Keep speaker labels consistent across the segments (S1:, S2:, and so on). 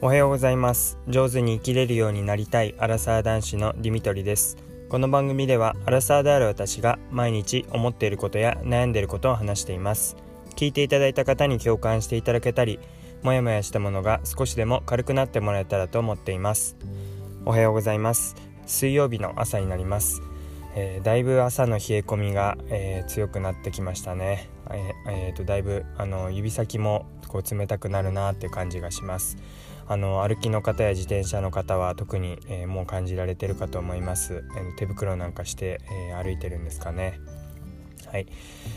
S1: おはようございます。上手に生きれるようになりたいアラサー男子のディミトリです。この番組ではアラサーである私が毎日思っていることや悩んでいることを話しています。聞いていただいた方に共感していただけたり、もやもやしたものが少しでも軽くなってもらえたらと思っています。おはようございます。水曜日の朝になります。だいぶ朝の冷え込みが、強くなってきましたね。だいぶ指先もこう冷たくなるなっていう感じがします。歩きの方や自転車の方は特に、もう感じられてるかと思います。手袋なんかして、歩いてるんですかね。はい。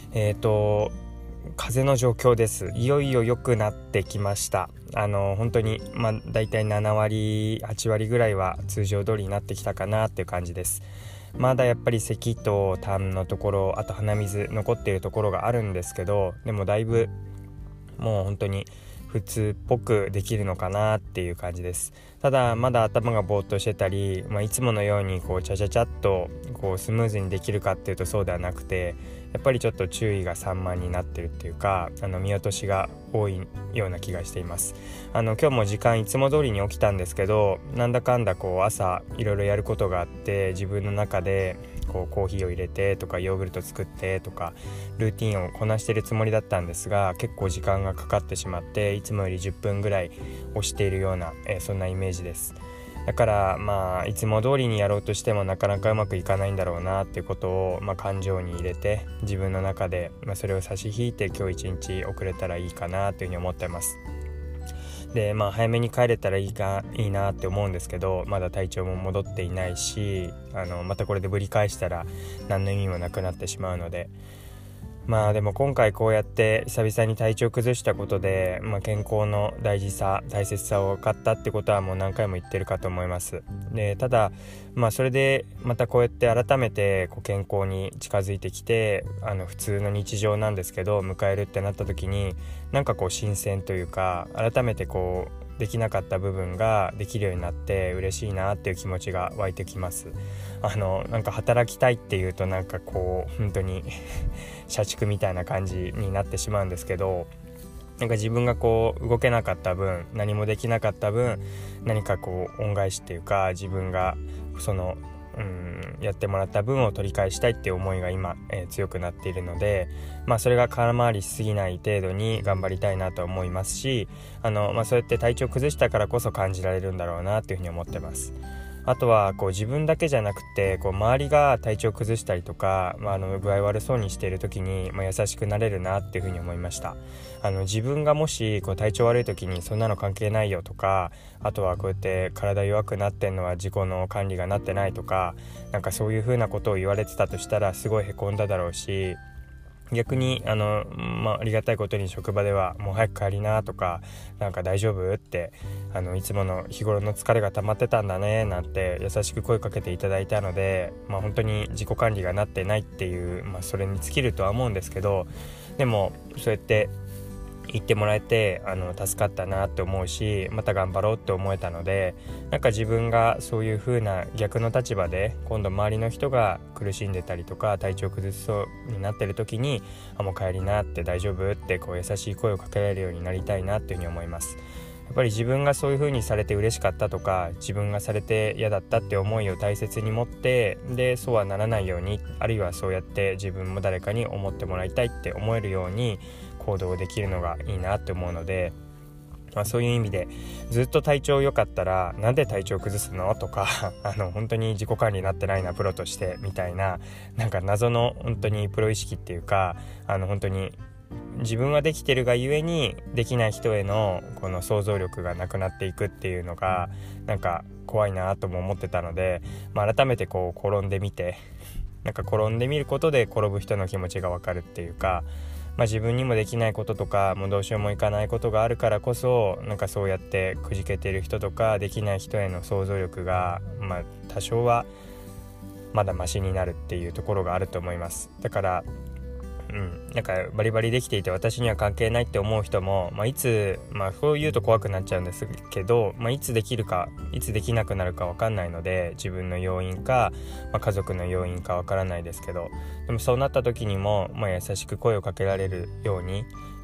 S1: 風の状況です。いよいよ良くなってきました。本当にだいたい7割8割ぐらいは通常通りになってきたかなっていう感じです。まだやっぱり咳と痰のところ、あと鼻水残っているところがあるんですけど、でもだいぶもう本当に普通っぽくできるのかなっていう感じです。ただまだ頭がぼーっとしてたり、いつものようにこうチャチャチャっとこうスムーズにできるかっていうとそうではなくて、やっぱりちょっと注意が散漫になってるっていうか、見落としが多いような気がしています。今日も時間いつも通りに起きたんですけど、なんだかんだこう朝いろいろやることがあって、自分の中でこうコーヒーを入れてとかヨーグルト作ってとかルーティンをこなしているつもりだったんですが、結構時間がかかってしまって、いつもより10分ぐらい押しているような、そんなイメージです。だからいつも通りにやろうとしてもなかなかうまくいかないんだろうなっていうことを、感情に入れて自分の中で、それを差し引いて今日一日遅れたらいいかなというふうに思ってます。で早めに帰れたらいいなって思うんですけど、まだ体調も戻っていないし、またこれでぶり返したら何の意味もなくなってしまうので、でも今回こうやって久々に体調崩したことで、健康の大切さを分かったってことはもう何回も言ってるかと思います。でただそれでまたこうやって改めてこう健康に近づいてきて、普通の日常なんですけど迎えるってなった時に、なんかこう新鮮というか、改めてこうできなかった部分ができるようになって嬉しいなっていう気持ちが湧いてきます。なんか働きたいっていうとなんかこう本当に社畜みたいな感じになってしまうんですけど、なんか自分がこう動けなかった分、何もできなかった分、何かこう恩返しっていうか、自分がそのやってもらった分を取り返したいっていう思いが今、強くなっているので、それが空回りしすぎない程度に頑張りたいなと思いますし、そうやって体調崩したからこそ感じられるんだろうなっていうふうに思ってます。あとはこう自分だけじゃなくて、こう周りが体調崩したりとか、具合悪そうにしている時に、優しくなれるなっていうふうに思いました。自分がもしこう体調悪い時にそんなの関係ないよとか、あとはこうやって体弱くなってんのは自己の管理がなってないとか、なんかそういうふうなことを言われてたとしたらすごいへこんだだろうし、逆にありがたいことに職場ではもう早く帰りなとか、なんか大丈夫っていつもの日頃の疲れが溜まってたんだねなんて優しく声かけていただいたので、本当に自己管理がなってないっていう、それに尽きるとは思うんですけど、でもそうやって言ってもらえて助かったなって思うし、また頑張ろうって思えたので、なんか自分がそういう風な逆の立場で今度周りの人が苦しんでたりとか体調崩しそうになってる時に、もう帰りなって大丈夫ってこう優しい声をかけられるようになりたいなっていうふうに思います。やっぱり自分がそういう風にされて嬉しかったとか、自分がされて嫌だったって思いを大切に持って、でそうはならないように、あるいはそうやって自分も誰かに思ってもらいたいって思えるように行動できるのがいいなって思うので、そういう意味でずっと体調良かったらなんで体調崩すのとか本当に自己管理になってないなプロとしてみたいな、なんか謎の本当にプロ意識っていうか、本当に自分はできてるがゆえにできない人へのこの想像力がなくなっていくっていうのがなんか怖いなとも思ってたので、改めてこう転んでみて、なんか転んでみることで転ぶ人の気持ちが分かるっていうか、自分にもできないこととかもうどうしようもいかないことがあるからこそ、なんかそうやってくじけてる人とかできない人への想像力が、多少はまだマシになるっていうところがあると思います。だからなんかバリバリできていて私には関係ないって思う人も、いつ、そう言うと怖くなっちゃうんですけど、いつできるかいつできなくなるか分かんないので、自分の要因か、家族の要因か分からないですけど、でもそうなった時にも、優しく声をかけられるように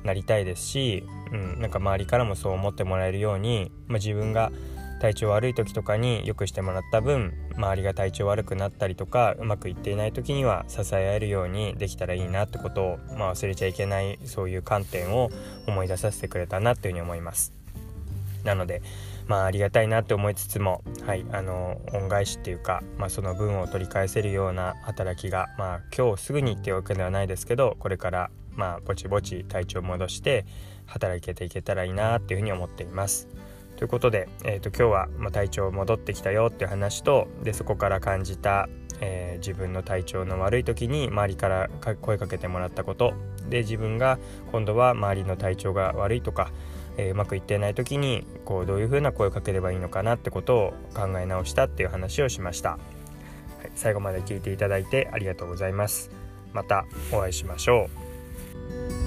S1: なりたいですし、なんか周りからもそう思ってもらえるように、自分が体調悪い時とかに良くしてもらった分、周りが体調悪くなったりとかうまくいっていない時には支え合えるようにできたらいいなってことを、忘れちゃいけない、そういう観点を思い出させてくれたなというふうに思います。なのでありがたいなって思いつつも、恩返しっていうか、その分を取り返せるような働きが、今日すぐにっていうわけではないですけど、これからぼちぼち体調を戻して働けていけたらいいなっていうふうに思っています。ということで、今日は体調戻ってきたよっていう話と、でそこから感じた、自分の体調の悪い時に周りから声かけてもらったことで、自分が今度は周りの体調が悪いとか、うまくいっていない時にどういうふうな声をかければいいのかなってことを考え直したっていう話をしました。最後まで聞いていただいてありがとうございます。またお会いしましょう。